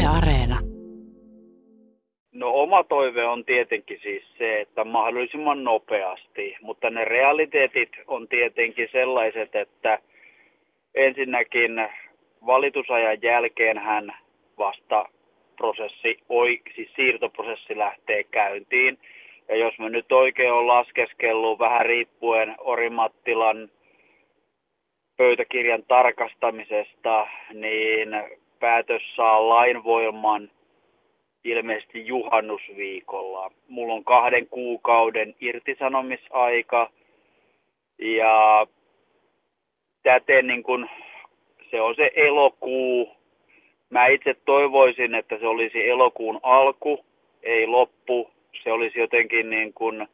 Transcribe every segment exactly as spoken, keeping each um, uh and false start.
Areena. No oma toive on tietenkin siis se, että mahdollisimman nopeasti, mutta ne realiteetit on tietenkin sellaiset, että ensinnäkin valitusajan jälkeenhän vasta prosessi, siis siirtoprosessi lähtee käyntiin. Ja jos me nyt oikein on laskeskellut vähän riippuen Orimattilan pöytäkirjan tarkastamisesta, niin päätös saa lainvoiman ilmeisesti juhannusviikolla. Mulla on kahden kuukauden irtisanomisaika ja täten niin kun se on se elokuu. Mä itse toivoisin, että se olisi elokuun alku, ei loppu. Se olisi jotenkin niin kuin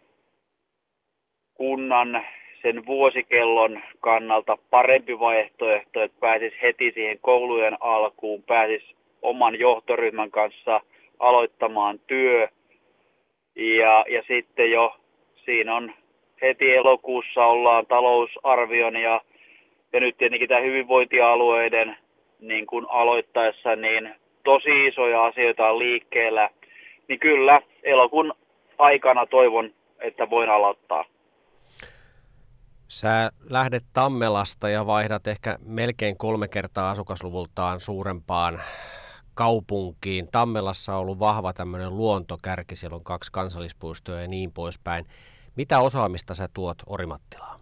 kunnan sen vuosikellon kannalta parempi vaihtoehto, että pääsisi heti siihen koulujen alkuun, pääsisi oman johtoryhmän kanssa aloittamaan työ. Ja, ja sitten jo siinä on heti elokuussa ollaan talousarvion ja, ja nyt tietenkin tämä hyvinvointialueiden niin kuin aloittaessa niin tosi isoja asioita on liikkeellä. Niin kyllä, elokuun aikana toivon, että voin aloittaa. Sä lähdet Tammelasta ja vaihdat ehkä melkein kolme kertaa asukasluvultaan suurempaan kaupunkiin. Tammelassa on ollut vahva tämmöinen luontokärki, siellä on kaksi kansallispuistoa ja niin poispäin. Mitä osaamista sä tuot Orimattilaan?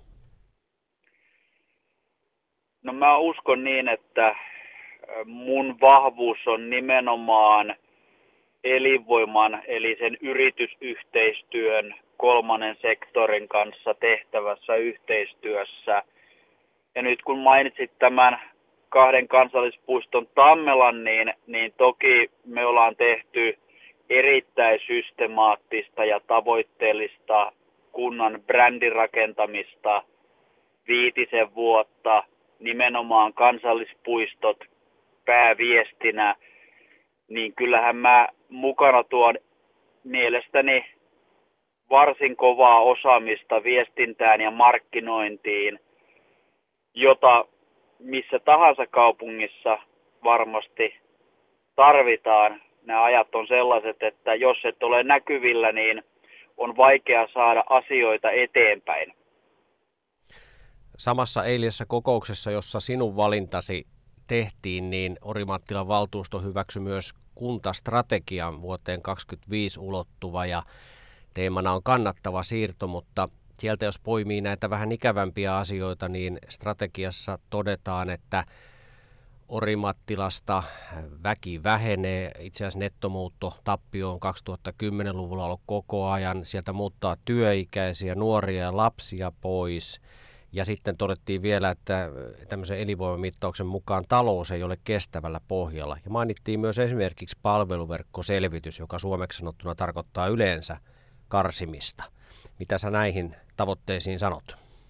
No mä uskon niin, että mun vahvuus on nimenomaan elinvoiman eli sen yritysyhteistyön kolmannen sektorin kanssa tehtävässä yhteistyössä. Ja nyt kun mainitsit tämän kahden kansallispuiston Tammelan, niin, niin toki me ollaan tehty erittäin systemaattista ja tavoitteellista kunnan brändin rakentamista viitisen vuotta, nimenomaan kansallispuistot pääviestinä, niin kyllähän mä mukana tuon mielestäni varsin kovaa osaamista viestintään ja markkinointiin, jota missä tahansa kaupungissa varmasti tarvitaan. Nämä ajat on sellaiset, että jos et ole näkyvillä, niin on vaikea saada asioita eteenpäin. Samassa eilisessä kokouksessa, jossa sinun valintasi tehtiin, niin Orimattilan valtuusto hyväksyi myös kuntastrategian vuoteen kaksikymmentäviisi ulottuva ja teemana on kannattava siirto, mutta sieltä jos poimii näitä vähän ikävämpiä asioita, niin strategiassa todetaan, että Orimattilasta väki vähenee. Itse asiassa nettomuutto tappio on kaksituhattakymmenen-luvulla ollut koko ajan. Sieltä muuttaa työikäisiä, nuoria ja lapsia pois. Ja sitten todettiin vielä, että tämmöisen elinvoimamittauksen mukaan talous ei ole kestävällä pohjalla. Ja mainittiin myös esimerkiksi palveluverkkoselvitys, joka suomeksi sanottuna tarkoittaa yleensä karsimista. Mitä sä näihin tavoitteisiin sanot?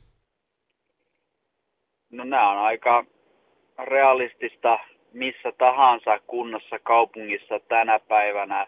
No nämä on aika realistista missä tahansa kunnassa, kaupungissa tänä päivänä.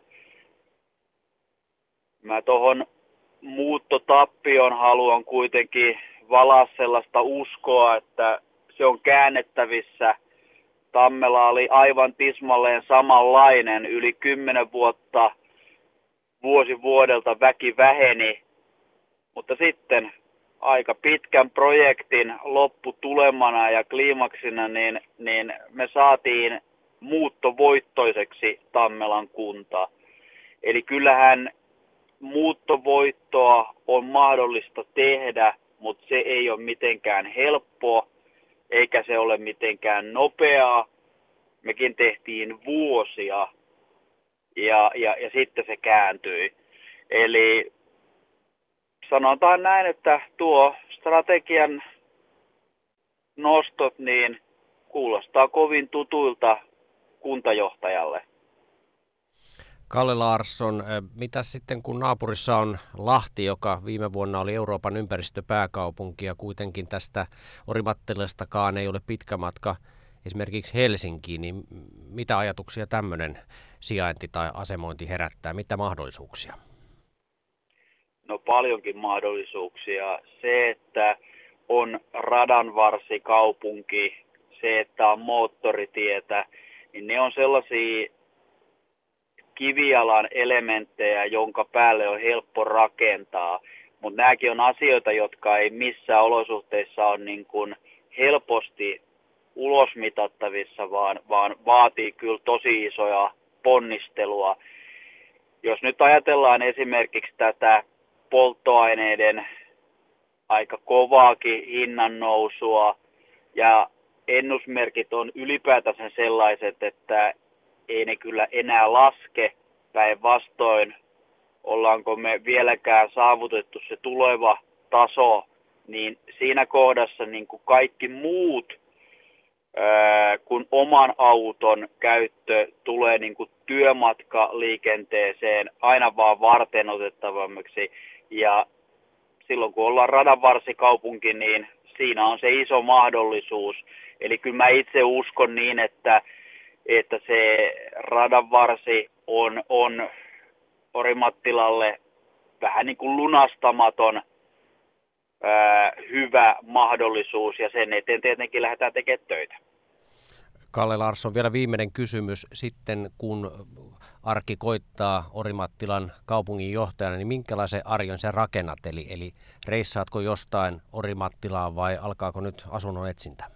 Mä tuohon muuttotappioon haluan kuitenkin valaa sellaista uskoa, että se on käännettävissä. Tammela oli aivan tismalleen samanlainen. Yli kymmenen vuotta vuosi vuodelta väki väheni, mutta sitten aika pitkän projektin lopputulemana ja kliimaksina niin, niin me saatiin muuttovoittoiseksi Tammelan kunta. Eli kyllähän muuttovoittoa on mahdollista tehdä, mutta se ei ole mitenkään helppoa, eikä se ole mitenkään nopeaa. Mekin tehtiin vuosia ja, ja, ja sitten se kääntyi. Eli sanotaan näin, että tuo strategian nostot niin kuulostaa kovin tutuilta kuntajohtajalle. Kalle Larsson, mitä sitten kun naapurissa on Lahti, joka viime vuonna oli Euroopan ympäristöpääkaupunki ja kuitenkin tästä Orimattilastakaan ei ole pitkä matka esimerkiksi Helsinkiin, niin mitä ajatuksia tämmöinen sijainti tai asemointi herättää, mitä mahdollisuuksia? No paljonkin mahdollisuuksia. Se, että on radanvarsikaupunki, se, että on moottoritietä, niin ne on sellaisia kivijalan elementtejä, jonka päälle on helppo rakentaa. Mutta nämäkin on asioita, jotka ei missään olosuhteissa ole niin kuin helposti ulosmitattavissa, vaan, vaan vaatii kyllä tosi isoja ponnistelua. Jos nyt ajatellaan esimerkiksi tätä polttoaineiden aika kovaakin hinnan nousua ja ennusmerkit on ylipäätänsä sellaiset, että ei ne kyllä enää laske, päinvastoin ollaanko me vieläkään saavutettu se tuleva taso, niin siinä kohdassa niin kuin kaikki muut, ää, kun oman auton käyttö tulee niin kuin työmatkaliikenteeseen aina vaan varten otettavammaksi, ja silloin kun ollaan radanvarsikaupunki, niin siinä on se iso mahdollisuus. Eli kyllä mä itse uskon niin, että, että se radanvarsi on, on Orimattilalle vähän niin kuin lunastamaton ää, hyvä mahdollisuus, ja sen eteen tietenkin lähdetään tekemään töitä. Kalle Larsson, vielä viimeinen kysymys. Sitten kun arki koittaa Orimattilan kaupunginjohtajana, niin minkälaisen arjon sä rakennat? Eli, eli reissaatko jostain Orimattilaan vai alkaako nyt asunnon etsintä?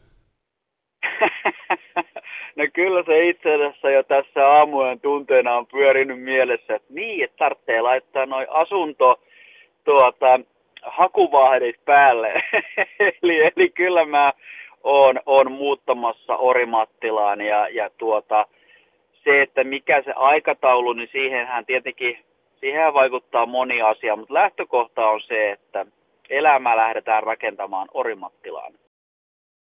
No kyllä se itse asiassa jo tässä aamujen tunteena on pyörinyt mielessä, että niin, että tarvitsee laittaa noi asunto tuota, hakuvahdit päälle. eli, eli kyllä mä oon, oon muuttamassa Orimattilaan ja, ja tuota, se, että mikä se aikataulu, niin siihenhän tietenkin siihen vaikuttaa moni asia, mutta lähtökohta on se, että elämää lähdetään rakentamaan Orimattilaan.